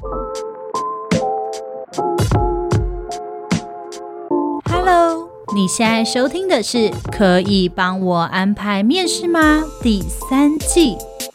Hello， 你现在收听的是《可以帮我安排面试吗》第3季。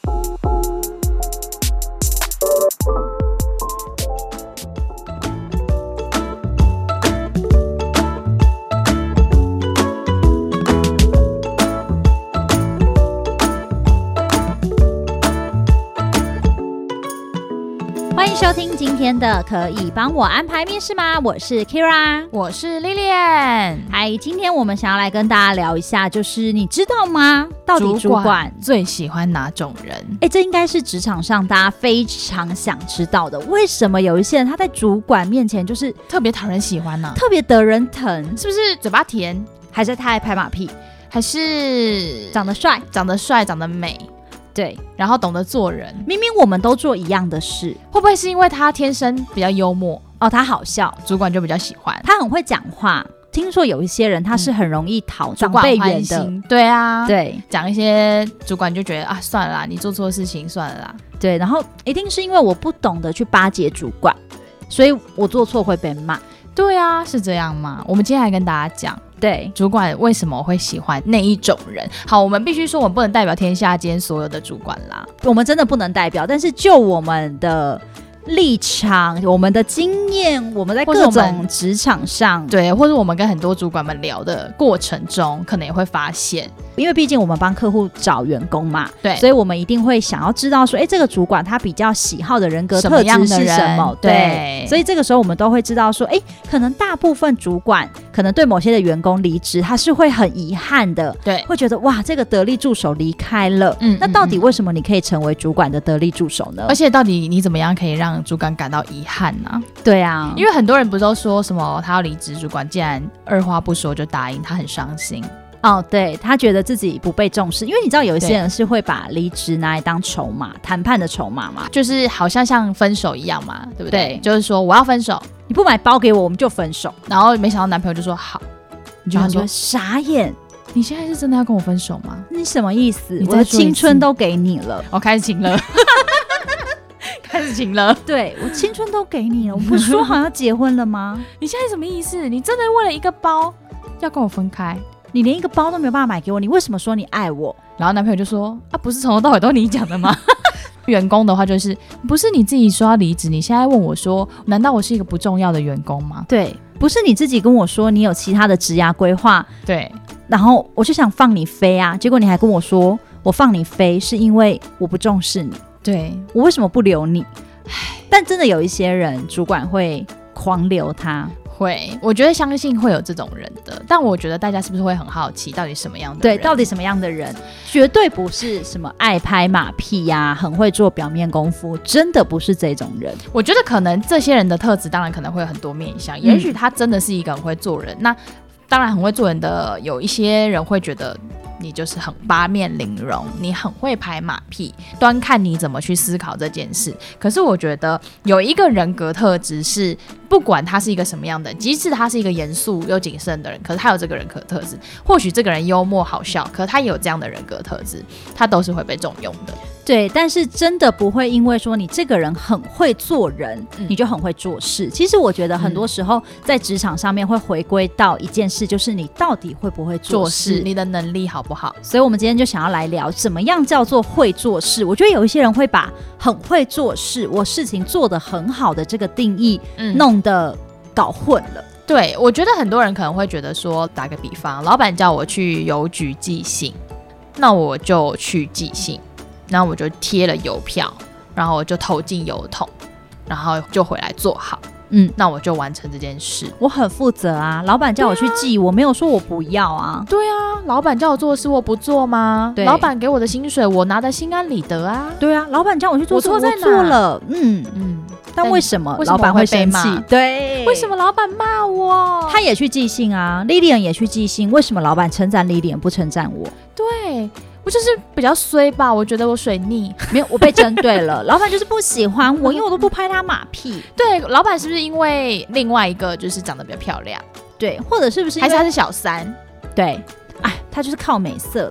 欢迎收听今天的可以帮我安排面试吗？我是 Kira， 我是 Lilian。 嗨，今天我们想要来跟大家聊一下，就是你知道吗？到底主管最喜欢哪种人？ 这应该是职场上大家非常想知道的。为什么有一些人他在主管面前就是特别讨人喜欢呢？ 特别得人疼？ 是不是嘴巴甜， 还是太爱拍马屁， 还是长得帅、 长得美？ 对， 然后懂得做人。 明明我们都做一样的事， 会不会是因为他天生比较幽默哦？他好笑， 主管就比较喜欢。 他很会讲话。听说有一些人他是很容易讨长辈缘的， 对啊， 对， 讲一些主管就觉得啊，算了啦，你做错事情算了啦。 对，然后一定是因为我不懂得去巴结主管，所以我做错会被骂。 对啊，是这样吗？我们今天来跟大家讲， 对， 主管为什么会喜欢那一种人。好，我们必须说，我们不能代表天下间所有的主管啦， 我们真的不能代表，但是就我们的立场、我们的经验，我们在各种职场上， 对，或者我们跟很多主管们聊的过程中，可能也会发现， 因为毕竟我们帮客户找员工嘛， 对， 所以我们一定会想要知道说，这个主管他比较喜好的人格特质是什么？对，所以这个时候我们都会知道说，可能大部分主管可能对某些的员工离职，他是会很遗憾的， 对， 会觉得哇，这个得力助手离开了，那到底为什么你可以成为主管的得力助手呢？ 而且到底你怎么样可以让主管感到遗憾呢？ 对啊， 因为很多人不都说什么他要离职，主管竟然二话不说就答应，他很伤心。 哦，对，他觉得自己不被重视，因为你知道有一些人是会把离职拿来当筹码，谈判的筹码嘛， 就是好像分手一样嘛，对不对？对，就是说我要分手， 你不买包给我，我们就分手。 然后没想到男朋友就说好，你就说傻眼， 你现在是真的要跟我分手吗？ 你什么意思？我的青春都给你了， 我开始情了。开始情了， 对，我青春都给你了，我不是说好要结婚了吗？ 你现在什么意思？你真的为了一个包要跟我分开？ 你连一个包都没有办法买给我，你为什么说你爱我？ 然后男朋友就说啊，不是从头到尾都你讲的吗？员工的话就是，不是你自己说要离职，你现在问我说，难道我是一个不重要的员工吗？ 对，不是你自己跟我说你有其他的职涯规划， 对， 然后我就想放你飞啊，结果你还跟我说我放你飞是因为我不重视你， 对， 我为什么不留你？但真的有一些人主管会狂留他， 会，我觉得相信会有这种人的，但我觉得大家是不是会很好奇到底什么样的人？ 对，到底什么样的人？绝对不是什么爱拍马屁呀，很会做表面功夫，真的不是这种人。 我觉得可能这些人的特质当然可能会有很多面向，也许他真的是一个很会做人，那当然很会做人的有一些人会觉得你就是很八面玲珑，你很会拍马屁，端看你怎么去思考这件事。可是我觉得有一个人格特质是，不管他是一个什么样的人，即使他是一个严肃又谨慎的人，可是他有这个人格特质，或许这个人幽默好笑，可是他也有这样的人格特质，他都是会被重用的。 对，但是真的不会因为说你这个人很会做人，你就很会做事。其实我觉得很多时候在职场上面会回归到一件事，就是你到底会不会做事， 你的能力好不好。 所以我们今天就想要来聊怎么样叫做会做事。我觉得有一些人会把很会做事，我事情做得很好的这个定义弄得搞混了。 对，我觉得很多人可能会觉得说，打个比方，老板叫我去邮局寄信，那我就去寄信，然后我就贴了邮票，然后我就投进邮筒，然后就回来做好，那我就完成这件事。 我很负责啊，老板叫我去寄，我没有说我不要啊。 对啊，老板叫我做的事我不做吗？对，老板给我的薪水我拿得心安理得啊。 对啊，老板叫我去做事我做了，但为什么老板会生气？对， 为什么老板骂我？ 他也去寄信啊 ，Lilian 也去寄信，为什么老板称赞 Lilian 不称赞我？ 对，我就是比较衰吧，我觉得我水逆， 没有，我被针对了。老板就是不喜欢我，因为我都不拍他马屁。 对，老板是不是因为另外一个就是长得比较漂亮？ 对，或者是不是因为还是他是小三？ 对，哎，他就是靠美色啦。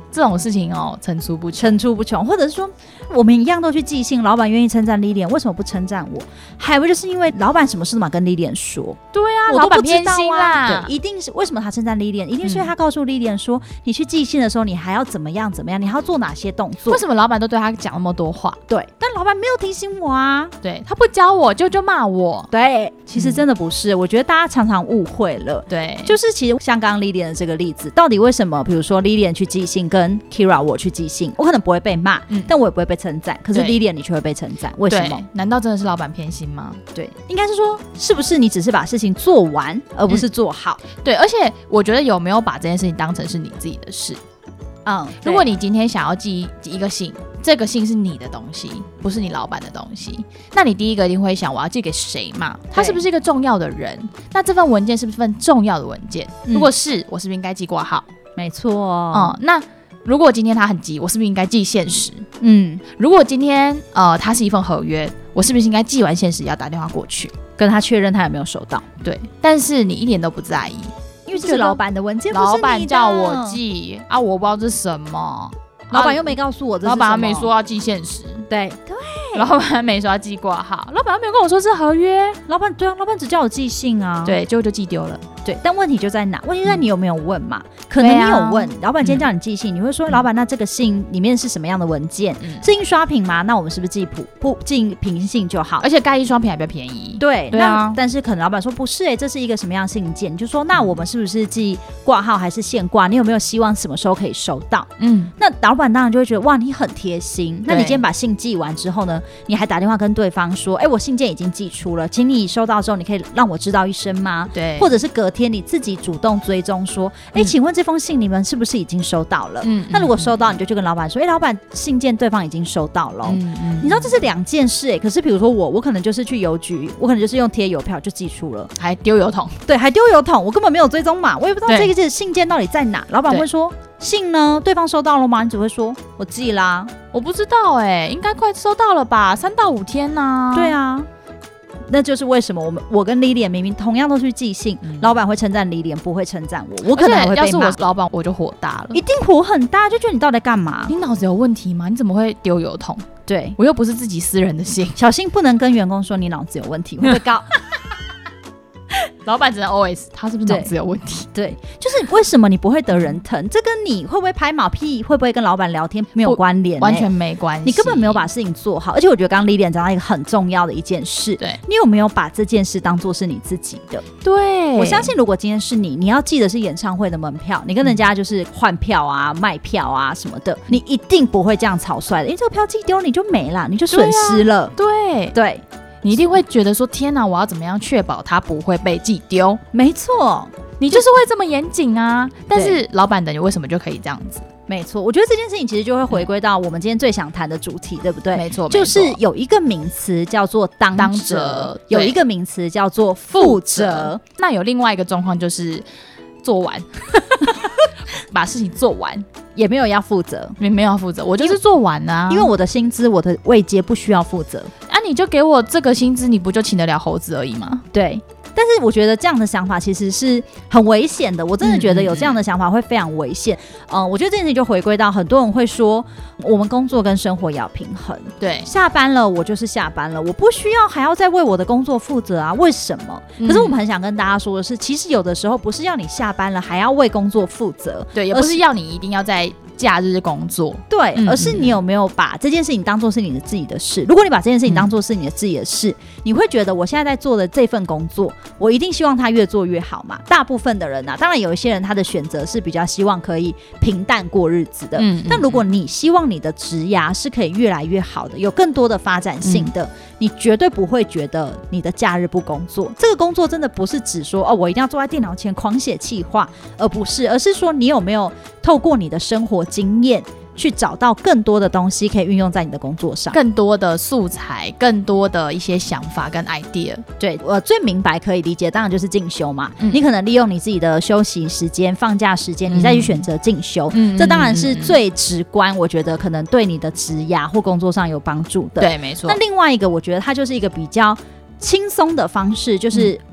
这种事情层出不穷， 或者是说我们一样都去寄信，老板愿意称赞 Lilian， 为什么不称赞我？还有就是因为老板什么事都嘛跟 Lilian 说。 对啊， 我都不知道啊， 老板偏心啦。 对，一定是为什么他称赞 Lilian， 一定是因为他告诉 Lilian 说，你去寄信的时候，你还要怎么样，你还要做哪些动作？ 为什么老板都对他讲那么多话？ 对，但老板没有提醒我啊。 对，他不教我就骂我。 对，其实真的不是，我觉得大家常常误会了。 对， 就是其实像刚刚 Lilian 的这个例子，到底为什么？比如说 Lilian 去寄信，跟 Kira 我去寄信，我可能不会被骂，但我也不会被称赞。可是 Lilian 你却会被称赞，为什么？ 难道真的是老板偏心吗？ 对，应该是说，是不是你只是把事情做完，而不是做好？ 对，而且我觉得有没有把这件事情当成是你自己的事？如果你今天想要寄一个信，这个信是你的东西，不是你老板的东西，那你第一个一定会想，我要寄给谁嘛？他是不是一个重要的人？那这份文件是不是份重要的文件？如果是，我是不是应该寄挂号？ 没错。 那如果今天他很急，我是不是应该寄限时？如果今天他是一份合约，我是不是应该寄完限时要打电话过去跟他确认他有没有收到？ 对，但是你一点都不在意。 因为这是老板的文件，不是你的。 老板叫我寄啊，我不知道这是什么， 老板又没告诉我这是什么， 老板没说要寄限时， 对， 老板没说要寄挂号，老板没有跟我说是合约， 老板只叫我寄信啊， 对，结果就寄丢了。 对，但问题就在哪？问题就在你有没有问嘛？可能你有问，老板今天叫你寄信，你会说老板，那这个信里面是什么样的文件？是印刷品吗？那我们是不是寄平信就好？ 而且盖印刷品还比较便宜。 对，那但是可能老板说不是这是一个什么样的信件？你就说那我们是不是寄挂号还是现挂？你有没有希望什么时候可以收到？那老板当然就会觉得哇，你很贴心。那你今天把信寄完之后呢，你还打电话跟对方说，我信件已经寄出了，请你收到之后你可以让我知道一声吗？ 对， 或者是隔天你自己主动追踪说，请问这封信你们是不是已经收到了？那如果收到，你就去跟老板说，老板，信件对方已经收到了。你知道这是两件事可是比如说我可能就是去邮局，我可能就是用贴邮票就寄出了， 还丢邮筒。 对，还丢邮筒，我根本没有追踪码，我也不知道这个信件到底在哪。老板会说信呢？对方收到了吗？你只会说我寄啦， 我不知道应该快收到了吧，3到5天啊。 对啊。那就是为什么我跟 Lilian 明明同样都去寄信，老板会称赞 Lilian， 不会称赞我可能还会被骂。 要是我老板，我就火大了， 一定火很大，就觉得你到底在干嘛？ 你脑子有问题吗？你怎么会丢邮筒？ 对， 我又不是自己私人的信， 小心不能跟员工说你脑子有问题，会被告。 老板只能 OS 他是不是脑子有问题？ 对，就是为什么你不会得人疼？这跟你会不会拍马屁，会不会跟老板聊天没有关联， 完全没关系。 你根本没有把事情做好。而且我觉得刚刚 Lilian 讲到一个很重要的一件事， 对， 你有没有把这件事当作是你自己的？ 对， 我相信如果今天是你要寄的是演唱会的门票，你跟人家就是换票啊、卖票啊什么的，你一定不会这样草率的，因为这个票寄丢你就没了，你就损失了。对。 你一定会觉得说天哪，我要怎么样确保它不会被寄丢？ 没错， 你就是会这么严谨啊。但是老板的你为什么就可以这样子？ 没错，我觉得这件事情其实就会回归到我们今天最想谈的主题，对不对？ 没错， 就是有一个名词叫做当责，有一个名词叫做负责。 那有另外一个状况就是做完把事情做完也没有要负责， 没有要负责，我就是做完啊。 因为我的薪资我的位阶不需要负责啊，你就给我这个薪资，你不就请得了猴子而已吗？ 对，但是我觉得这样的想法其实是很危险的，我真的觉得有这样的想法会非常危险。我觉得这件事情就回归到很多人会说我们工作跟生活也要平衡， 对， 下班了我就是下班了，我不需要还要再为我的工作负责啊，为什么？可是我们很想跟大家说的是，其实有的时候不是要你下班了还要为工作负责， 对，也不是要你一定要在假日工作， 对，而是你有没有把这件事情当作是你的自己的事。如果你把这件事情当作是你的自己的事，你会觉得我现在在做的这份工作，我一定希望它越做越好嘛。大部分的人啊，当然有一些人他的选择是比较希望可以平淡过日子的，但如果你希望你的职涯是可以越来越好的，有更多的发展性的，你绝对不会觉得你的假日不工作。这个工作真的不是只说我一定要坐在电脑前狂写企划，而是说你有没有透过你的生活经验去找到更多的东西可以运用在你的工作上， 更多的素材，更多的一些想法跟 idea。 对，我最明白可以理解当然就是进修嘛，你可能利用你自己的休息时间、放假时间，你再去选择进修，这当然是最直观，我觉得可能对你的职涯或工作上有帮助的。 对，没错。 那另外一个我觉得它就是一个比较轻松的方式，就是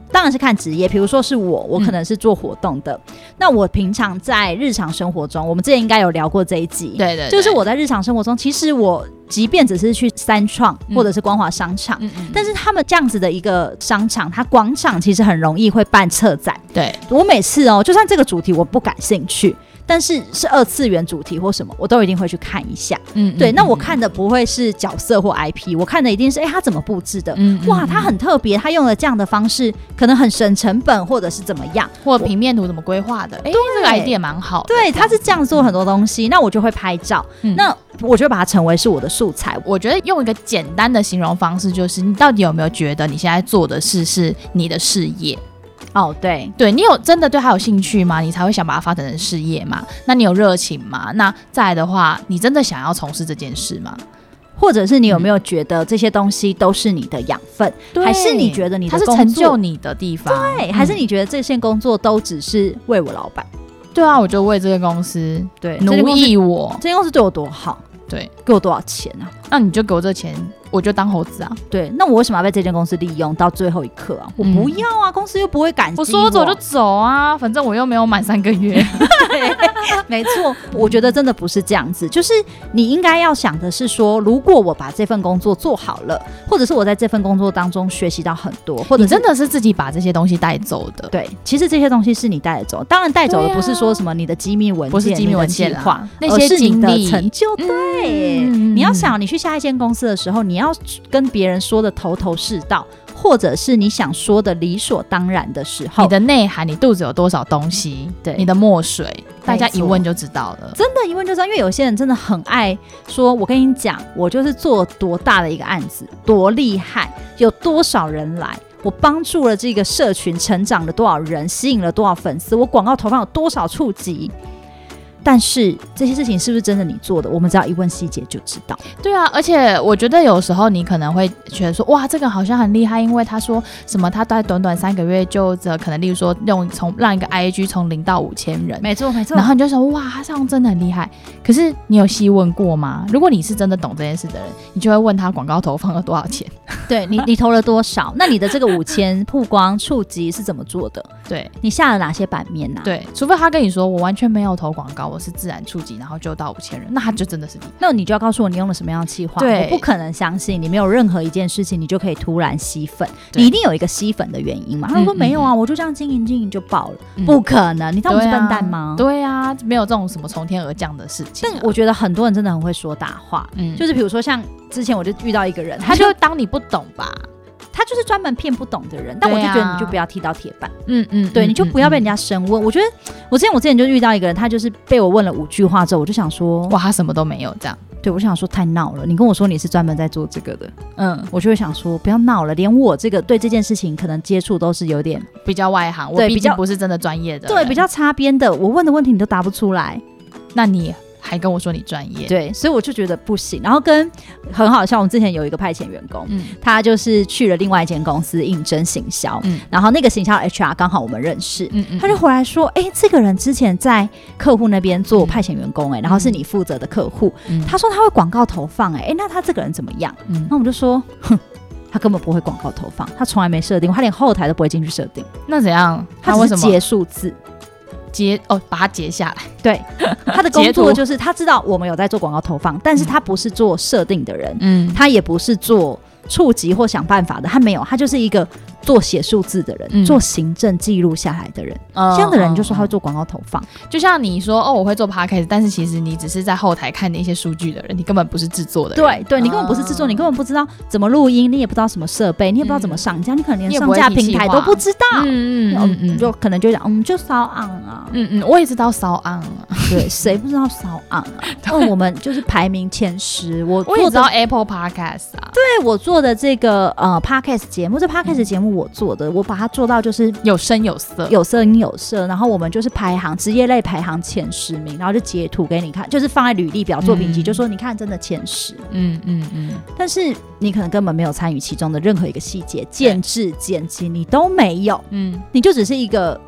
当然是看职业，比如说是我可能是做活动的，那我平常在日常生活中，我们之前应该有聊过这一集， 对对对， 就是我在日常生活中，其实我即便只是去三创或者是光华商场，但是他们这样子的一个商场，它广场其实很容易会办策展。 对， 我每次就算这个主题我不感兴趣，但是2次元主题或什么，我都一定会去看一下。对，那我看的不会是角色或 IP， 我看的一定是他怎么布置的，哇，他很特别，他用了这样的方式，可能很省成本，或者是怎么样， 或者平面图怎么规划的，这个 idea 蛮好的。 对，他是这样做很多东西，那我就会拍照，那我就把它成为是我的素材。 我觉得用一个简单的形容方式，就是你到底有没有觉得你现在做的事是你的事业？ 对， 你有真的对他有兴趣吗？你才会想把它发展成事业嘛？那你有热情吗？那再来的话，你真的想要从事这件事吗？ 或者是你有没有觉得这些东西都是你的养分，还是你觉得你的工作它是成就你的地方？ 对，还是你觉得这些工作都只是为我老板？ 对啊，我就为这个公司奴役我， 这间公司对我多好， 对， 给我多少钱啊？ 那你就给我这钱，我就当猴子啊！ 对，那我为什么要被这间公司利用到最后一刻啊？我不要啊，公司又不会感激我说走就走啊，反正我又没有满3个月。 没错，我觉得真的不是这样子，就是你应该要想的是说，如果我把这份工作做好了，或者是我在这份工作当中学习到很多，或者你真的是自己把这些东西带走的。 对，其实这些东西是你带走，当然带走的不是说什么你的机密文件， 不是机密文件啦， 那些是你的成就。对，你要想你去下一间公司的时候，你要跟别人说的头头是道，或者是你想说的理所当然的时候， 你的内涵，你肚子有多少东西，对，你的墨水，大家一问就知道了， 真的，一问就知道。因为有些人真的很爱说，我跟你讲，我就是做多大的一个案子，多厉害，有多少人来，我帮助了这个社群成长了多少人，吸引了多少粉丝，我广告投放有多少触及。但是这些事情是不是真的你做的，我们只要一问细节就知道。 对啊，而且我觉得有时候你可能会觉得说，哇，这个好像很厉害，因为他说什么他在短短3个月就可能例如说让一个 IG 从0到5000人， 没错没错， 然后你就说哇，他这样真的很厉害。可是你有细问过吗？如果你是真的懂这件事的人，你就会问他广告投放了多少钱， 对，你投了多少，那你的这个5000曝光触及是怎么做的， 对， 你下了哪些版面啊？ 对，除非他跟你说我完全没有投广告，我是自然触及，然后就到5000人，那他就真的是厉害。 那你就要告诉我你用了什么样的企划。 对， 我不可能相信你没有任何一件事情你就可以突然吸粉，你一定有一个吸粉的原因嘛。他说没有啊，我就这样经营就爆了，不可能，你当我是笨蛋吗？ 对啊，没有这种什么从天而降的事情。 但我觉得很多人真的很会说大话，就是比如说像之前我就遇到一个人， 他就当你不懂吧， 他就是专门骗不懂的人，但我就觉得你就不要踢到铁板，对，你就不要被人家深问。我觉得我之前就遇到一个人，他就是被我问了5句话之后，我就想说， 哇，他什么都没有这样。 对，我想说太闹了，你跟我说你是专门在做这个的，我就会想说不要闹了，连我这个对这件事情可能接触都是有点比较外行，我毕竟不是真的专业的， 对，比较擦边的，我问的问题你都答不出来， 那你还跟我说你专业， 对，所以我就觉得不行。然后跟很好笑，我们之前有一个派遣员工，他就是去了另外一间公司应征行销，然后那个行销 HR 刚好我们认识，他就回来说，这个人之前在客户那边做派遣员工，然后是你负责的客户，他说他会广告投放，那他这个人怎么样？那我们就说，哼。他根本不会广告投放，他从来没设定，他连后台都不会进去设定。 那怎样？ 他为什么截数字？ 把它截下来。 对，他的工作就是他知道我们有在做广告投放，但是他不是做设定的人，他也不是做触及或想办法的，他没有，他就是一个做写数字的人，做行政记录下来的人，这样的人你就说他会做广告投放。 就像你说我会做 podcast， 但是其实你只是在后台看那些数据的人，你根本不是制作的人。 对，你根本不是制作，你根本不知道怎么录音，你也不知道什么设备，你也不知道怎么上架，你可能连上架平台都不知道。就可能就讲就骚昂啊， 我也知道骚昂啊， 对，谁不知道骚昂啊？我们就是排名前10，我也知道 Apple Podcast 啊， 对，我做的这个Podcast 节目，这 Podcast 节目我做的，我把它做到就是有声有色， 有声音有色，然后我们就是排行职业类排行前10名，然后就截图给你看，就是放在履历表作品集，就说你看真的前10，但是你可能根本没有参与其中的任何一个细节，建制剪辑你都没有，你就只是一个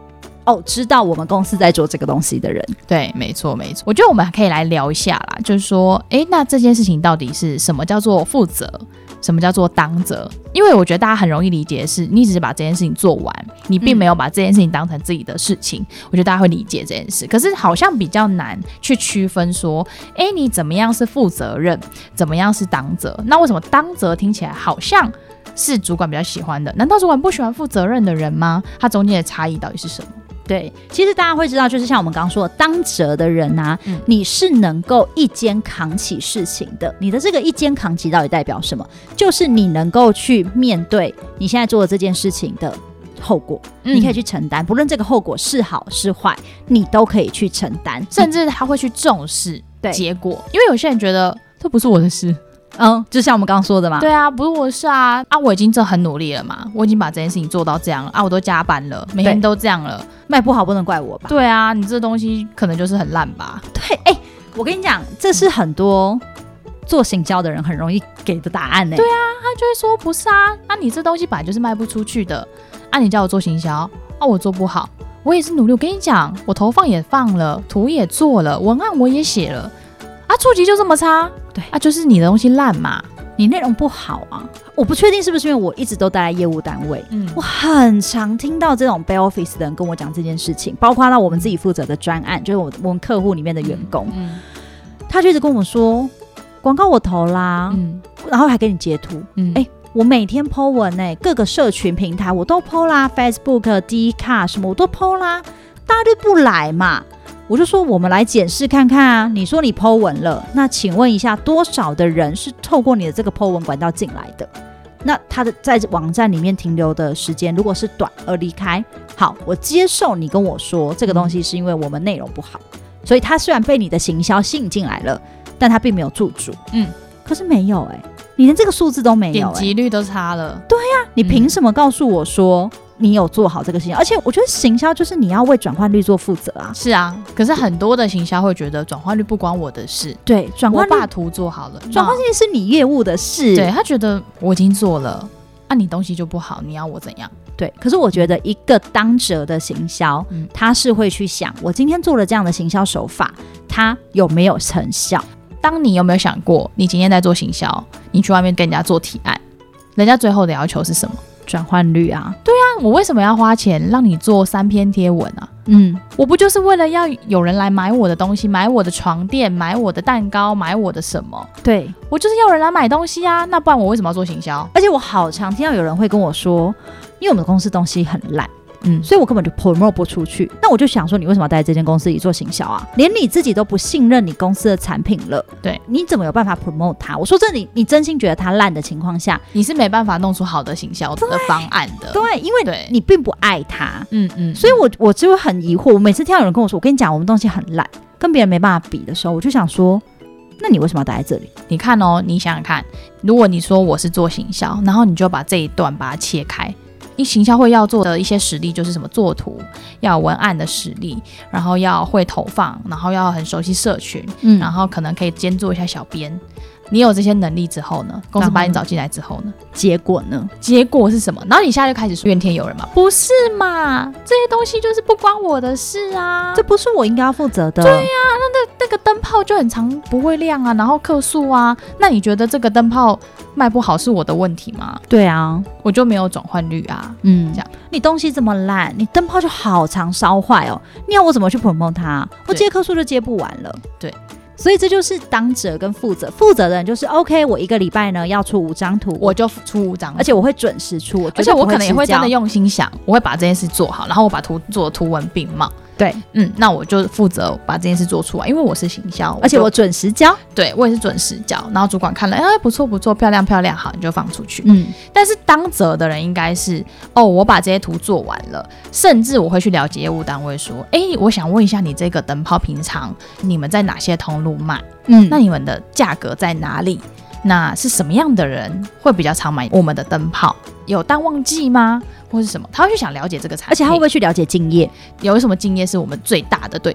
知道我们公司在做这个东西的人。 对，没错没错。我觉得我们可以来聊一下啦，就是说那这件事情到底是什么叫做负责，什么叫做当责？因为我觉得大家很容易理解的是，你只是把这件事情做完，你并没有把这件事情当成自己的事情。我觉得大家会理解这件事，可是好像比较难去区分说，你怎么样是负责任，怎么样是当责？那为什么当责听起来好像是主管比较喜欢的？难道主管不喜欢负责任的人吗？它中间的差异到底是什么？ 对，其实大家会知道，就是像我们刚刚说的，当责的人啊，你是能够一肩扛起事情的。你的这个一肩扛起到底代表什么？就是你能够去面对你现在做的这件事情的后果，你可以去承担，不论这个后果是好是坏，你都可以去承担， 甚至他会去重视结果，因为有些人觉得这不是我的事。 就像我们刚刚说的嘛， 对啊，不是我的事啊，我已经很努力了嘛，我已经把这件事情做到这样了啊，我都加班了，每天都这样了， 卖不好不能怪我吧？ 对啊，你这东西可能就是很烂吧？ 对，我跟你讲，这是很多做行销的人很容易给的答案。 对啊，他就会说不是啊，你这东西本来就是卖不出去的啊，你叫我做行销啊，我做不好，我也是努力，我跟你讲，我投放也放了，图也做了，文案我也写了啊，触及就这么差。对啊，就是你的东西烂嘛， 你内容不好啊。我不确定是不是因为我一直都待在业务单位，我很常听到这种 back office 的人跟我讲这件事情，包括到我们自己负责的专案，就是我们客户里面的员工，他就一直跟我说，广告我投啦，然后还给你截图，我每天 po 文各个社群平台我都 po 啦 ，Facebook、Dcard 什么我都 po 啦，大家就不来嘛。我就说我们来检视看看啊，你说你 po 文了，那请问一下多少的人是透过你的这个 po 文管道进来的？那他的在网站里面停留的时间如果是短而离开，好，我接受你跟我说这个东西是因为我们内容不好，所以他虽然被你的行销吸引进来了，但他并没有驻足，可是没有你连这个数字都没有， 点击率都差了。 对啊，你凭什么告诉我说你有做好这个行销？而且我觉得行销就是你要为转换率做负责啊。 是啊，可是很多的行销会觉得转换率不关我的事。 对，转换率我把图做好了， 转换率是你业务的事。 对，他觉得我已经做了啊，你东西就不好，你要我怎样？ 对，可是我觉得一个当责的行销，他是会去想，我今天做了这样的行销手法，它有没有成效？ 当你有没有想过，你今天在做行销，你去外面跟人家做提案，人家最后的要求是什么？ 转换率啊。 对啊，我为什么要花钱让你做3篇贴文啊？我不就是为了要有人来买我的东西，买我的床垫，买我的蛋糕，买我的什么？对，我就是要人来买东西啊，那不然我为什么要做行销？ 而且我好常听到有人会跟我说，因为我们的公司东西很烂，所以我根本就 promote 不出去。那我就想说，你为什么要待在这间公司里做行销啊？连你自己都不信任你公司的产品了，对，你怎么有办法 promote 它？我说这你真心觉得它烂的情况下， 你是没办法弄出好的行销的方案的。 对，因为你并不爱它。所以我就会很疑惑。我每次听到有人跟我说，我跟你讲，我们东西很烂，跟别人没办法比的时候，我就想说，那你为什么要待在这里？ 你看哦，你想想看，如果你说我是做行销，然后你就把这一段把它切开。你行销会要做的一些实力就是什么？做图，要有文案的实力，然后要会投放，然后要很熟悉社群，然后可能可以兼做一下小编。你有这些能力之后呢，公司把你找进来之后呢，结果呢？结果是什么？然后你现在就开始说怨天尤人嘛？不是嘛？这些东西就是不关我的事啊， 这不是我应该要负责的。 对呀，那个灯泡就很常不会亮啊，然后客诉啊，那你觉得这个灯泡卖不好是我的问题吗？ 对啊， 我就没有转换率啊。这样你东西这么烂，你灯泡就好常烧坏哦，你要我怎么去 promote 它？我接客诉就接不完了。对。所以这就是当责跟负责。负责的人就是 OK， 我一个礼拜呢要出5张图， 我就出5张， 而且我会准时出， 而且我可能也会真的用心想，我会把这件事做好，然后我把做图文并茂。对，那我就负责把这件事做出来，因为我是行销， 而且我准时交。 对，我也是准时交，然后主管看了，不错不错，漂亮漂亮，好，你就放出去。但是当责的人应该是，我把这些图做完了，甚至我会去了解业务单位说，我想问一下，你这个灯泡平常你们在哪些通路卖？那你们的价格在哪里？那是什么样的人会比较常买我们的灯泡？有淡旺季吗？或是什么？他会去想了解这个产品， 而且他会不会去了解竞业？ 有什么竞业是我们最大的对手？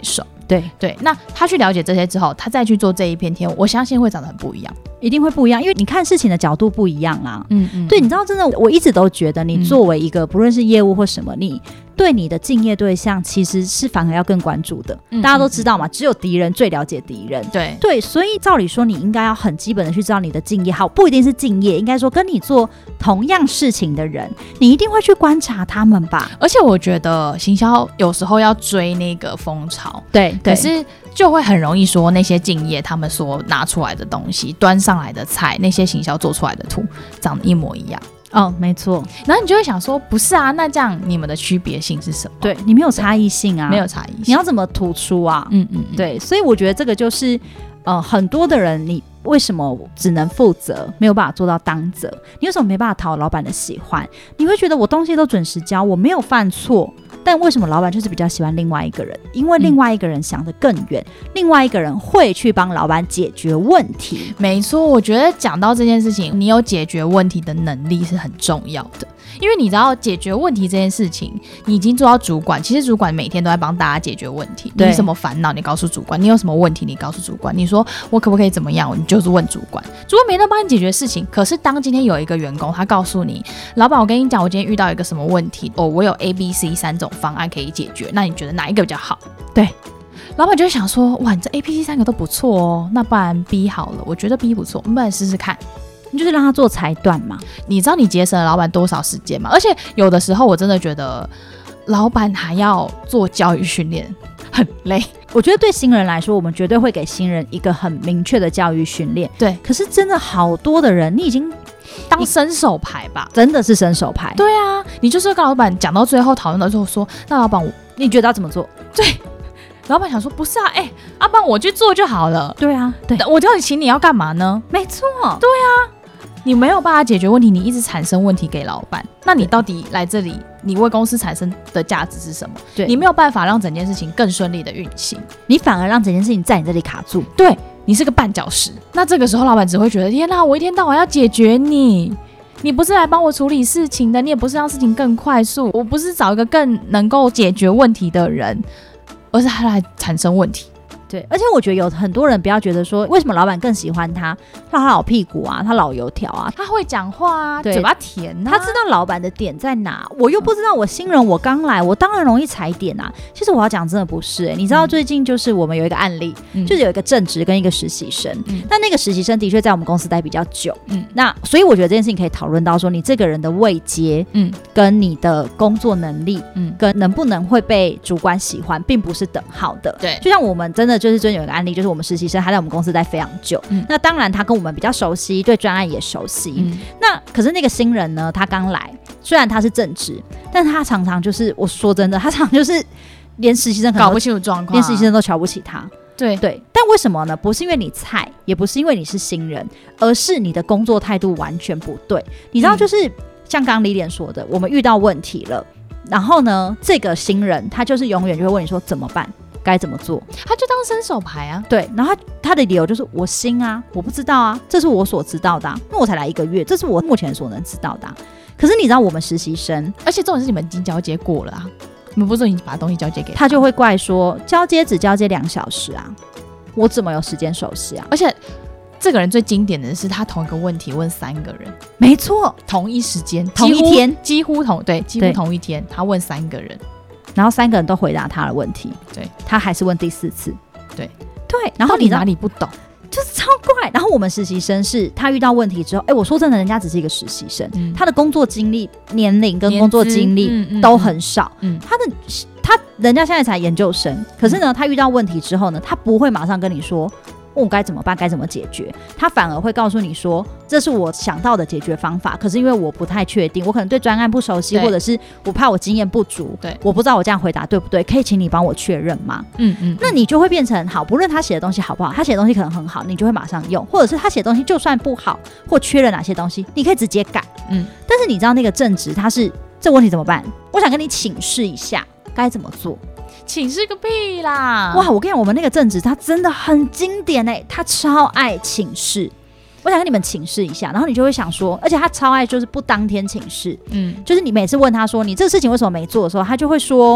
对对，那他去了解这些之后，他再去做这一篇贴文，我相信会长得很不一样， 一定会不一样，因为你看事情的角度不一样啦。对，你知道真的，我一直都觉得你作为一个不论是业务或什么，你对你的竞业对象其实是反而要更关注的。大家都知道嘛，只有敌人最了解敌人。对，所以照理说你应该要很基本的去知道你的竞业，好，不一定是竞业，应该说跟你做同样事情的人，你一定会去观察他们吧。 而且我觉得行销有时候要追那个风潮， 对， 可是就会很容易说那些竞业他们所拿出来的东西，端上来的菜，那些行销做出来的图长得一模一样。 没错。 然后你就会想说，不是啊，那这样你们的区别性是什么？ 对，你没有差异性啊， 没有差异性， 你要怎么突出啊？对，所以我觉得这个就是很多的人，你为什么只能负责，没有办法做到当责？你为什么没办法讨老板的喜欢？你会觉得我东西都准时交，我没有犯错，但为什么老板就是比较喜欢另外一个人？因为另外一个人想得更远，另外一个人会去帮老板解决问题。 没错，我觉得讲到这件事情，你有解决问题的能力是很重要的。因为你知道解决问题这件事情，你已经做到主管，其实主管每天都在帮大家解决问题。你有什么烦恼，你告诉主管；你有什么问题，你告诉主管。你说我可不可以怎么样，你就是问主管。主管没能帮你解决事情，可是当今天有一个员工，他告诉你，老板，我跟你讲，我今天遇到一个什么问题，我有 A、B、C 3种方案可以解决，那你觉得哪一个比较好？ 对。 老板就会想说，哇，你这 A、B、C 3个都不错哦，那不然 B 好了，我觉得 B 不错，我们不然试试看。 你就是让他做裁断嘛。 你知道你节省了老板多少时间吗？而且有的时候我真的觉得老板还要做教育训练，很累。 我觉得对新人来说，我们绝对会给新人一个很明确的教育训练。 对， 可是真的好多的人，你已经当伸手牌吧， 真的是伸手牌。 对啊，你就是跟老板讲到最后讨论到最后说，那老板你觉得要怎么做？ 对。老板想说不是啊，要不然我去做就好了。 对啊，对， 我叫你请你要干嘛呢？ 没错， 对啊，你没有办法解决问题，你一直产生问题给老板，那你到底来这里，你为公司产生的价值是什么？对，你没有办法让整件事情更顺利的运行， 你反而让整件事情在你这里卡住。 对，你是个绊脚石。那这个时候老板只会觉得，天哪，我一天到晚要解决你。你不是来帮我处理事情的，你也不是让事情更快速，我不是找一个更能够解决问题的人，而是他来产生问题。 对，而且我觉得有很多人不要觉得说，为什么老板更喜欢他？他老屁股啊，他老油条啊， 他会讲话啊，嘴巴甜啊， 他知道老板的点在哪。我又不知道，我新人，我刚来，我当然容易踩点啊。其实我要讲真的不是你知道最近就是我们有一个案例，就是有一个正职跟一个实习生，那个实习生的确在我们公司待比较久，那所以我觉得这件事情可以讨论到说，你这个人的位阶，跟你的工作能力，跟能不能会被主管喜欢，并不是等号的。 对， 就像我们真的就是最近有一个案例，就是我们实习生他在我们公司待非常久，那当然他跟我们比较熟悉，对专案也熟悉，那可是那个新人呢，他刚来，虽然他是正职，但他常常就是我说真的，他常常就是连实习生搞不清楚状况， 连实习生都瞧不起他。 对， 但为什么呢？不是因为你菜，也不是因为你是新人，而是你的工作态度完全不对。你知道，就是像刚刚李脸说的，我们遇到问题了，然后呢，这个新人他就是永远就会问你说怎么办，该怎么做， 他就当伸手牌啊。 对，然后他的理由就是我新啊，我不知道啊，这是我所知道的因为我才来1个月，这是我目前所能知道的可是你知道我们实习生， 而且重点是你们已经交接过了啊，你们不是说已经把东西交接给他就会怪说交接只交接2小时啊，我怎么有时间熟悉啊？ 而且这个人最经典的是他同一个问题问3个人， 没错， 同一时间同一天， 几乎同一天，他问3个人， 然后3个人都回答他的问题， 对， 他还是问第4次， 对， 然后你哪里不懂？ 就是超怪。然后我们实习生是他遇到问题之后，我说真的，人家只是一个实习生，他的工作经历、年龄跟工作经历都很少，人家现在才研究生，可是呢，他遇到问题之后呢，他不会马上跟你说问我该怎么办，该怎么解决，他反而会告诉你说这是我想到的解决方法，可是因为我不太确定，我可能对专案不熟悉，或者是我怕我经验不足，对，我不知道我这样回答对不对，可以请你帮我确认吗？那你就会变成好，不论他写的东西好不好，他写的东西可能很好，你就会马上用，或者是他写的东西就算不好或缺了哪些东西，你可以直接改。但是你知道那个正职他是这问题怎么办？我想跟你请示一下该怎么做。 请示个屁啦！ 哇，我跟你讲，我们那个正职他真的很经典他超爱请示。我想跟你们请示一下，然后你就会想说，而且他超爱就是不当天请示，就是你每次问他说你这个事情为什么没做的时候，他就会说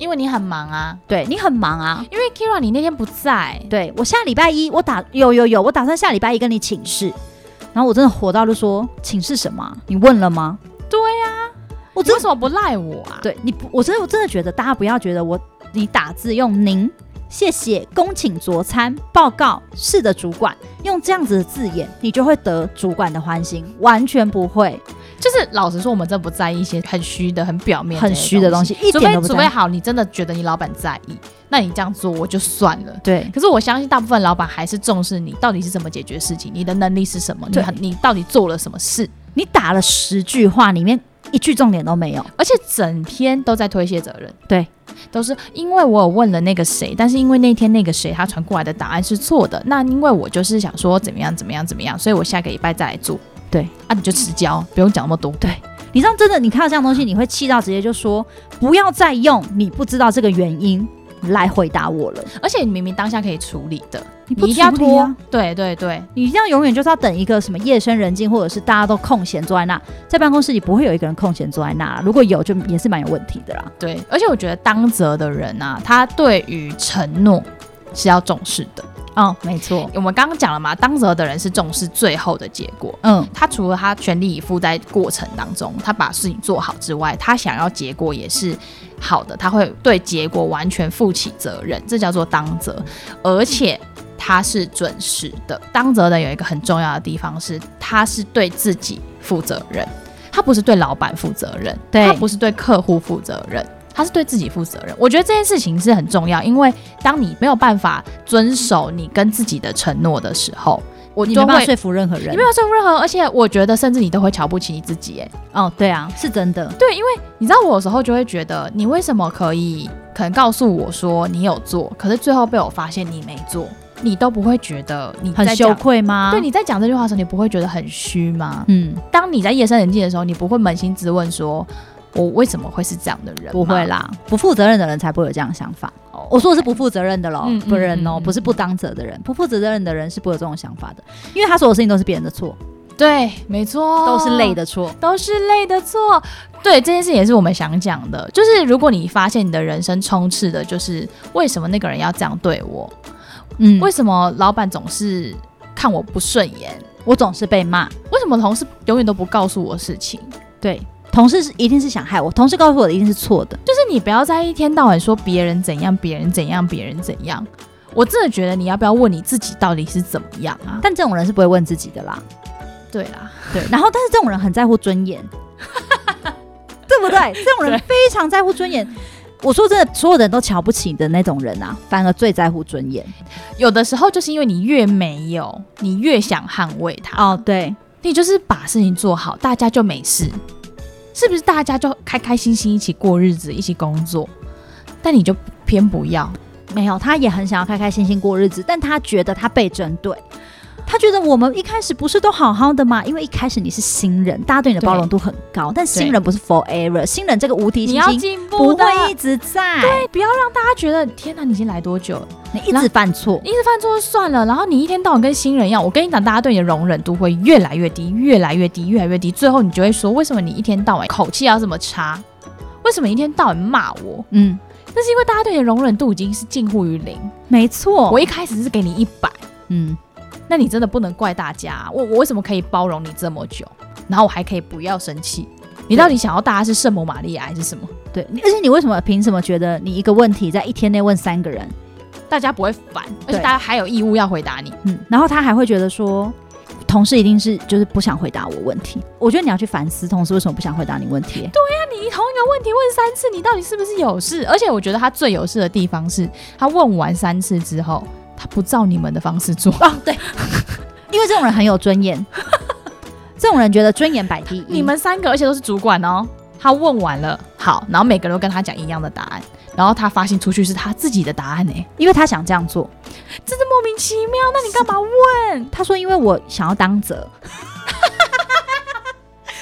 因为你很忙啊。 对，你很忙啊， 因为 Kira 你那天不在。 对，我下礼拜一我打算下礼拜一跟你请示，然后我真的火到就说请示什么？你问了吗？ 对啊，你为什么不赖我啊？ 对你，我真的觉得大家不要觉得你打字用您、谢谢、恭请佐餐、报告、是的主管，用这样子的字眼，你就会得主管的欢心，完全不会。 就是老实说，我们真不在意一些很虚的、很表面、 很虚的东西，一点都不在意。 除非好，你真的觉得你老板在意，那你这样做我就算了。 对。 可是我相信大部分老板还是重视你到底是怎么解决事情，你的能力是什么，你到底做了什么事。你打了10句话，里面一句重点都没有， 而且整篇都在推卸责任。 对。 都是因为我有问了那个谁，但是因为那天那个谁他传过来的答案是错的，那因为我就是想说怎么样，所以我下个礼拜再来做。 对啊，你就迟交，不用讲那么多。 对，你知道真的，你看到这样东西，你会气到直接就说不要再用你不知道这个原因来回答我了。 而且你明明当下可以处理的， 你一定要拖。对对对， 你一定要永远就是要等一个什么夜深人静，或者是大家都空闲坐在那，在办公室里不会有一个人空闲坐在那，如果有就也是蛮有问题的啦。 对，而且我觉得当责的人啊，他对于承诺是要重视的。 哦，没错， 我们刚刚讲了嘛，当责的人是重视最后的结果。他除了他全力以赴在过程当中，他把事情做好之外，他想要结果也是好的，他会对结果完全负起责任，这叫做当责。而且他是准时的。当责的有一个很重要的地方是，他是对自己负责任，他不是对老板负责任，他不是对客户负责任，他是对自己负责任。我觉得这件事情是很重要，因为当你没有办法遵守你跟自己的承诺的时候，你没办法说服任何人， 你没有说服任何人，而且我觉得甚至你都会瞧不起你自己。 对啊，是真的。 对，因为你知道我有时候就会觉得，你为什么可能告诉我说你有做，可是最后被我发现你没做，你都不会觉得你很羞愧吗？ 对，你在讲这句话的时候，你不会觉得很虚吗？当你在夜深人静的时候，你不会扪心自问说，我为什么会是这样的人吗？ 不会啦，不负责任的人才不会有这样的想法。我说的是不负责任的咯，不人哦，不是不当责的人。不负责任的人是不会有这种想法的，因为他所有事情都是别人的错。 对，没错， 都是累的错， 都是累的错。对，这件事也是我们想讲的，就是如果你发现你的人生充斥的就是为什么那个人要这样对我，为什么老板总是看我不顺眼， 我总是被骂， 为什么同事永远都不告诉我事情？ 对，同事一定是想害我，同事告诉我的一定是错的。 就是你不要在一天到晚说别人怎样，别人怎样，别人怎样。我真的觉得你要不要问你自己到底是怎么样啊？ 但这种人是不会问自己的啦。 对啦， 对，然后但是这种人很在乎尊严，对不对？这种人非常在乎尊严。我说真的，所有人都瞧不起的那种人啊，反而最在乎尊严。 有的时候就是因为你越没有，你越想捍卫他。 对， 你就是把事情做好，大家就没事，是不是？大家就开开心心一起过日子，一起工作，但你就偏不要。 没有，他也很想要开开心心过日子，但他觉得他被针对。他觉得我们一开始不是都好好的吗？因为一开始你是新人，大家对你的包容度很高，但新人不是 forever， 新人这个无敌星星不会一直在。 对，不要让大家觉得天哪，你已经来多久了？ 你一直犯错， 一直犯错就算了，然后你一天到晚跟新人一样，我跟你讲，大家对你的容忍度会越来越低，越来越低，越来越低，最后你就会说，为什么你一天到晚口气要这么差？为什么一天到晚骂我？那是因为大家对你的容忍度已经是近乎于0。 没错， 我一开始是给你100，那你真的不能怪大家，我为什么可以包容你这么久，然后我还可以不要生气？你到底想要大家是圣母玛利亚还是什么？ 对，而且你为什么凭什么觉得你一个问题在一天内问3个人， 大家不会烦，而且大家还有义务要回答你？ 然后他还会觉得说，同事一定是就是不想回答我问题。我觉得你要去反思同事为什么不想回答你问题。对啊，你同一个问题问3次，你到底是不是有事？而且我觉得他最有事的地方是，他问完3次之后，他不照你们的方式做。 对，因为这种人很有尊严，这种人觉得尊严摆第一。 你们3个，而且都是主管哦。他问完了，好，然后每个人都跟他讲一样的答案，然后他发信出去是他自己的答案呢， 因为他想这样做， 真是莫名其妙。那你干嘛问？ 他说因为我想要当责。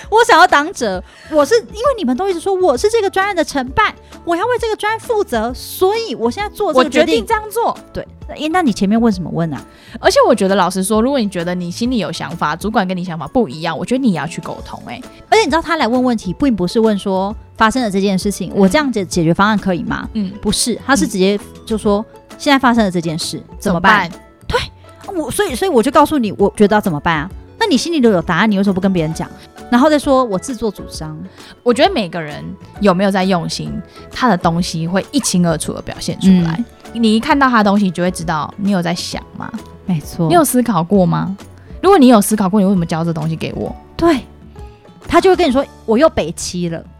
我想要当责，我是因为你们都一直说我是这个专案的承办，我要为这个专案负责，所以我现在做这个决定， 我决定这样做。 对，那你前面问什么问啊？ 而且我觉得老实说，如果你觉得你心里有想法，主管跟你想法不一样，我觉得你也要去沟通。 而且你知道他来问问题并不是问说发生了这件事情，我这样解决方案可以吗？不是，他是直接就说现在发生了这件事怎么办？对，所以我就告诉你我觉得要怎么办啊。那你心里都有答案，你为什么不跟别人讲？然后再说我自作主张。我觉得每个人有没有在用心，他的东西会一清二楚的表现出来。你一看到他的东西，你就会知道你有在想吗？ 没错，你有思考过吗？如果你有思考过，你为什么交这东西给我？ 对，他就会跟你说我又北七了。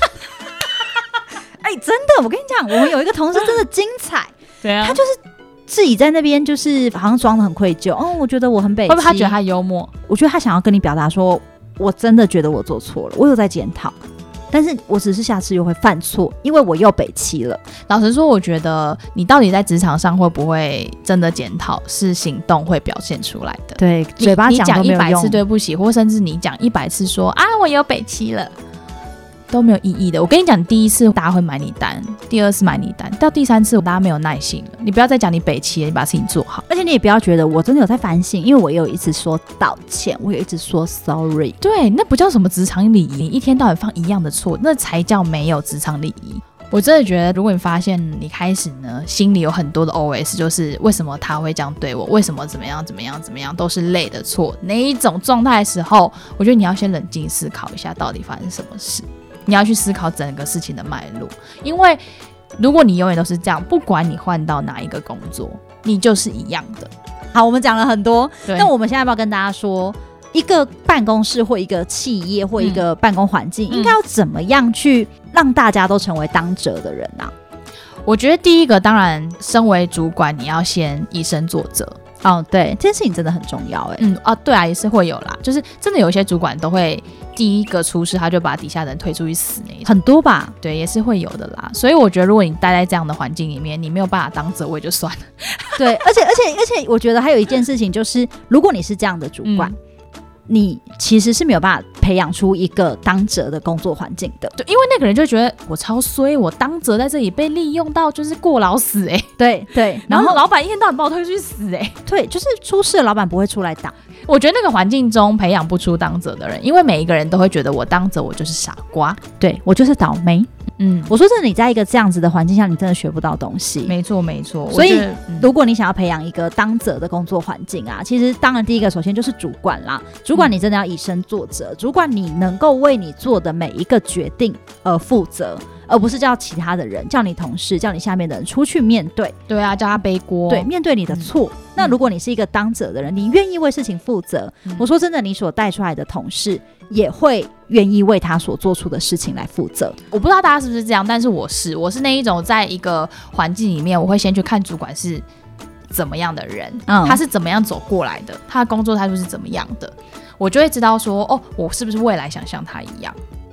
真的，我跟你讲，我们有一个同事真的精彩。 对啊， 他就是自己在那边就是好像装得很愧疚。我觉得我很北七。 会不会他觉得他幽默？ 我觉得他想要跟你表达说，我真的觉得我做错了，我有在检讨，但是我只是下次又会犯错，因为我又北七了。 老实说，我觉得你到底在职场上会不会真的检讨，是行动会表现出来的。 对，嘴巴讲都没有用。 你讲100次对不起，或甚至你讲100次说啊我有北七了，都没有意义的。我跟你讲，你第一次大家会买你单，第二次买你单，到第三次大家没有耐心了。你不要再讲你北七了，你把事情做好。 而且你也不要觉得我真的有在反省，因为我也有一直说道歉，我也一直说 sorry。 对，那不叫什么职场礼仪，你一天到晚犯一样的错，那才叫没有职场礼仪。我真的觉得，如果你发现你开始呢，心里有很多的 OS， 就是为什么他会这样对我，为什么怎么样怎么样怎么样，都是累的错，那一种状态的时候，我觉得你要先冷静思考一下，到底发生什么事。你要去思考整个事情的脉络，因为如果你永远都是这样，不管你换到哪一个工作，你就是一样的。好，我们讲了很多，那我们现在要不要跟大家说，一个办公室或一个企业或一个办公环境，应该要怎么样去让大家都成为当责的人啊？我觉得第一个，当然身为主管，你要先以身作则。 对，这件事情真的很重要。 对啊，也是会有啦，就是真的有一些主管都会第一个出事，他就把底下人推出去死那一种， 很多吧？ 对，也是会有的啦。所以我觉得，如果你待在这样的环境里面，你没有办法当责，我也就算了。 对，而且，我觉得还有一件事情就是，如果你是这样的主管，你其实是没有办法培养出一个当责的工作环境的。 对，因为那个人就觉得我超衰，我当责在这里被利用到就是过劳死对，然后老板一天到晚把我推出去死对，就是出事的老板不会出来挡。 我觉得那个环境中培养不出当责的人，因为每一个人都会觉得我当责我就是傻瓜， 对，我就是倒霉。我说真的，你在一个这样子的环境下，你真的学不到东西。 没错。 所以，如果你想要培养一个当责的工作环境啊，其实当然第一个首先就是主管啦。主管你真的要以身作则，主管你能够为你做的每一个决定而负责，而不是叫其他的人，叫你同事，叫你下面的人出去面对。 对啊，叫他背锅。 对，面对你的错。那如果你是一个当责的人，你愿意为事情负责，我说真的，你所带出来的同事也会愿意为他所做出的事情来负责。 我不知道大家是不是这样，但是我是那一种，在一个环境里面，我会先去看主管是怎么样的人，他是怎么样走过来的，他的工作态度是怎么样的，我就会知道说，我是不是未来想像他一样。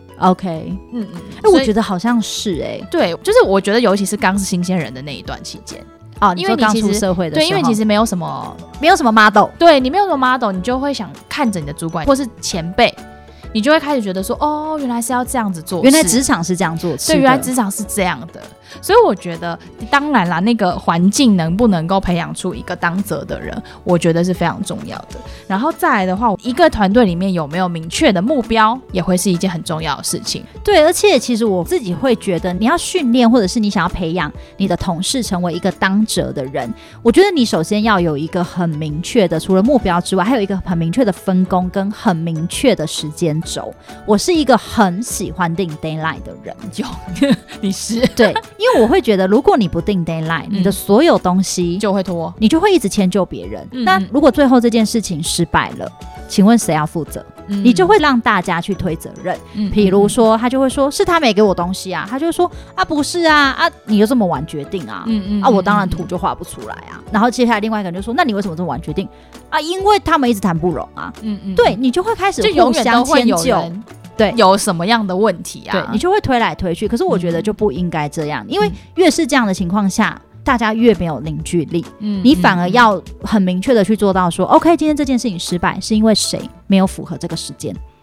OK，我觉得好像是对，就是我觉得尤其是刚是新鲜人的那一段期间。 因为你刚出社会的时候， 对，因为其实没有什么 model， 对，你没有什么 model， 你就会想看着你的主管或是前辈，你就会开始觉得说，原来是要这样子做事， 原来职场是这样做事， 对，原来职场是这样的。所以我觉得，当然啦，那个环境能不能够培养出一个当责的人，我觉得是非常重要的。然后再来的话，一个团队里面有没有明确的目标，也会是一件很重要的事情。 对，而且其实我自己会觉得，你要训练或者是你想要培养你的同事成为一个当责的人，我觉得你首先要有一个很明确的，除了目标之外，还有一个很明确的分工跟很明确的时间轴。我是一个很喜欢定 deadline 的人， 你是对。因为我会觉得，如果你不定 deadline，你的所有东西就会拖， 你就会一直迁就别人。那如果最后这件事情失败了，请问谁要负责？你就会让大家去推责任。比如说，他就会说是他没给我东西啊，他就会说不是啊，你就这么晚决定啊，我当然图就画不出来啊。然后接下来另外一个人就说，那你为什么这么晚决定啊？因为他们一直谈不拢啊。对，你就会开始互相迁就。对， 有什么样的问题啊？ 对，你就会推来推去。可是我觉得就不应该这样，因为越是这样的情况下，大家越没有凝聚力。你反而要很明确的去做到说，OK， 今天这件事情失败是因为谁没有符合这个时间。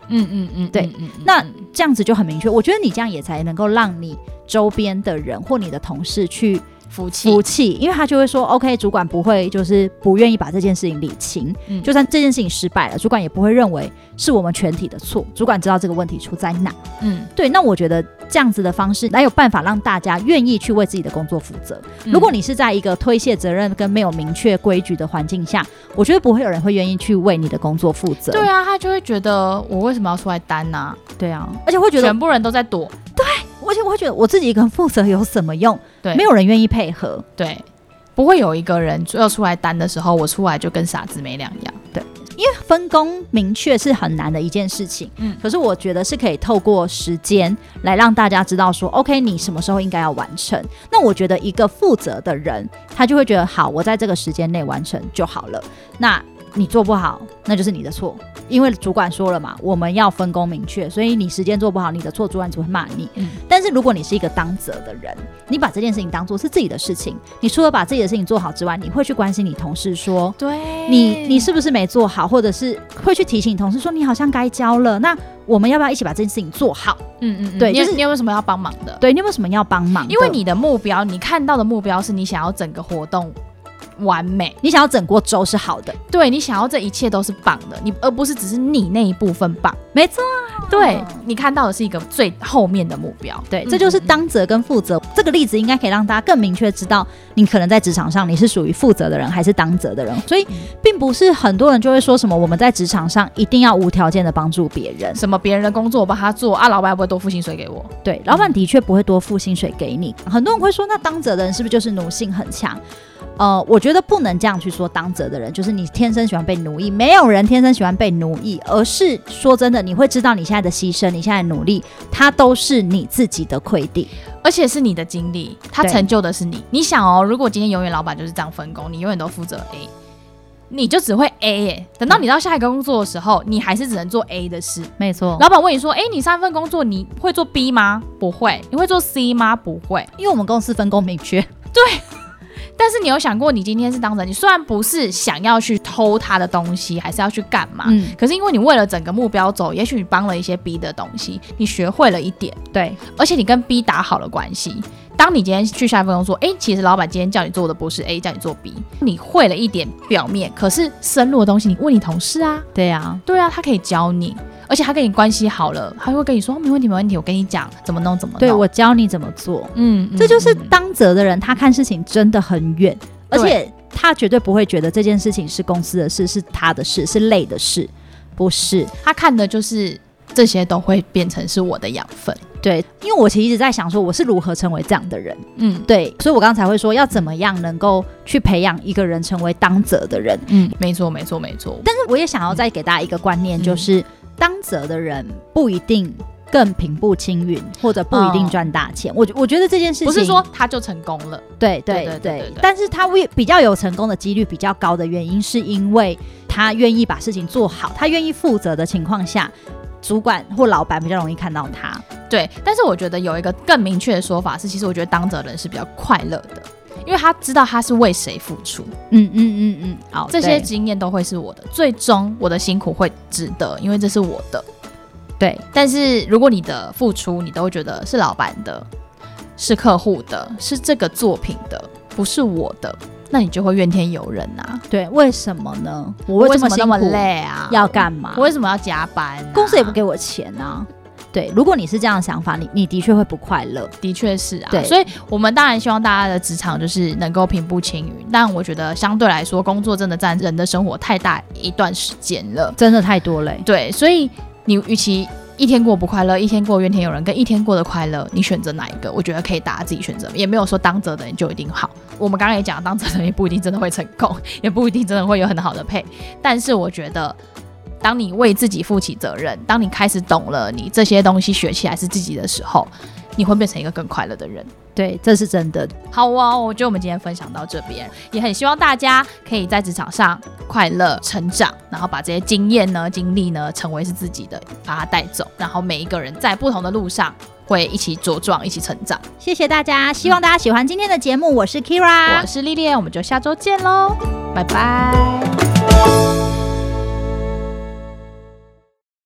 对，那这样子就很明确，我觉得你这样也才能够让你周边的人或你的同事去服气，因为他就会说 OK， 主管不会就是不愿意把这件事情理清，就算这件事情失败了，主管也不会认为是我们全体的错，主管知道这个问题出在哪。对，那我觉得这样子的方式才有办法让大家愿意去为自己的工作负责。如果你是在一个推卸责任跟没有明确规矩的环境下，我觉得不会有人会愿意去为你的工作负责。 对啊，他就会觉得我为什么要出来担啊？ 对啊，而且会觉得全部人都在躲。 对，而且我会觉得我自己一个人负责有什么用？对，没有人愿意配合。 对，不会有一个人要出来担的时候，我出来就跟傻子没两样。 对，因为分工明确是很难的一件事情。可是我觉得是可以透过时间来让大家知道说 OK 你什么时候应该要完成。那我觉得一个负责的人他就会觉得好，我在这个时间内完成就好了，那你做不好那就是你的错，因为主管说了嘛，我们要分工明确，所以你时间做不好你的错，主管只会骂你。但是如果你是一个当责的人，你把这件事情当作是自己的事情，你除了把自己的事情做好之外，你会去关心你同事说对你是不是没做好，或者是会去提醒你同事说你好像该交了，那我们要不要一起把这件事情做好？ 对，就是你有没有什么要帮忙的？ 对，你有没有什么要帮忙的？ 因为你的目标，你看到的目标是你想要整个活动完美， 你想要整锅粥是好的， 对，你想要这一切都是棒的，而不是只是你那一部分棒。 没错， 对，你看到的是一个最后面的目标。 对，这就是当责跟负责。这个例子应该可以让大家更明确知道，你可能在职场上你是属于负责的人还是当责的人。所以并不是很多人就会说什么我们在职场上一定要无条件的帮助别人， 什么别人的工作我帮他做啊，老板不会多付薪水给我。 对，老板的确不会多付薪水给你。很多人会说那当责的人是不是就是奴性很强？我觉得不能这样去说，当责的人就是你天生喜欢被奴役，没有人天生喜欢被奴役，而是说真的，你会知道你现在的牺牲，你现在的努力，它都是你自己的亏定， 而且是你的经历，它成就的是你。你想哦，如果今天永远老板就是这样分工，你永远都负责 A， 你就只会 A 耶。等到你到下一个工作的时候，你还是只能做 A 的事。 没错， 老板问你说，你上一份工作你会做 B 吗？不会。你会做 C 吗？不会， 因为我们公司分工明确。 对。但是你有想过，你今天是当责，你虽然不是想要去偷他的东西，还是要去干嘛？可是因为你为了整个目标走，也许你帮了一些 B 的东西，你学会了一点，对，而且你跟 B 打好了关系。当你今天去下一份工作，其实老板今天叫你做的不是 A， 叫你做 B， 你会了一点表面，可是深入的东西，你问你同事啊，对啊，他可以教你。而且他跟你关系好了，他会跟你说没问题没问题，我跟你讲怎么弄怎么弄， 对，我教你怎么做。这就是当责的人，他看事情真的很远，而且他绝对不会觉得这件事情是公司的事，是他的事，是累的事，不是， 他看的就是这些都会变成是我的养分。 对，因为我其实一直在想说我是如何成为这样的人。对，所以我刚才会说要怎么样能够去培养一个人成为当责的人。 没错没错没错。 但是我也想要再给大家一个观念，就是当责的人不一定更平步青云，或者不一定赚大钱。我觉得这件事情不是说他就成功了， 对，但是他比较有成功的几率比较高的原因，是因为他愿意把事情做好，他愿意负责的情况下，主管或老板比较容易看到他。 对，但是我觉得有一个更明确的说法是，其实我觉得当责人是比较快乐的，因为他知道他是为谁付出。好，这些经验都会是我的，最终我的辛苦会值得，因为这是我的。对，但是如果你的付出你都会觉得是老板的，是客户的，是这个作品的，不是我的，那你就会怨天尤人啊。 对，为什么呢？我为什么那么累啊？要干嘛？ 我为什么要加班公司也不给我钱啊。对，如果你是这样的想法，你的确会不快乐。 的确是啊，所以我们当然希望大家的职场就是能够平步青云，但我觉得相对来说，工作真的占人的生活太大一段时间了， 真的太多了。 对，所以你与其一天过不快乐，一天过怨天尤人，跟一天过的快乐，你选择哪一个？我觉得可以大家自己选择，也没有说当责的人就一定好。我们刚刚也讲，当责的人也不一定真的会成功，也不一定真的会有很好的配。但是我觉得，当你为自己负起责任，当你开始懂了你这些东西学起来是自己的时候，你会变成一个更快乐的人。 对，这是真的。 好啊，我觉得我们今天分享到这边，也很希望大家可以在职场上快乐成长，然后把这些经验呢、经历呢，成为是自己的，把它带走，然后每一个人在不同的路上会一起茁壮，一起成长。 谢谢大家，希望大家喜欢今天的节目。我是 Kira， 我是莉莉，我们就下周见喽，拜拜。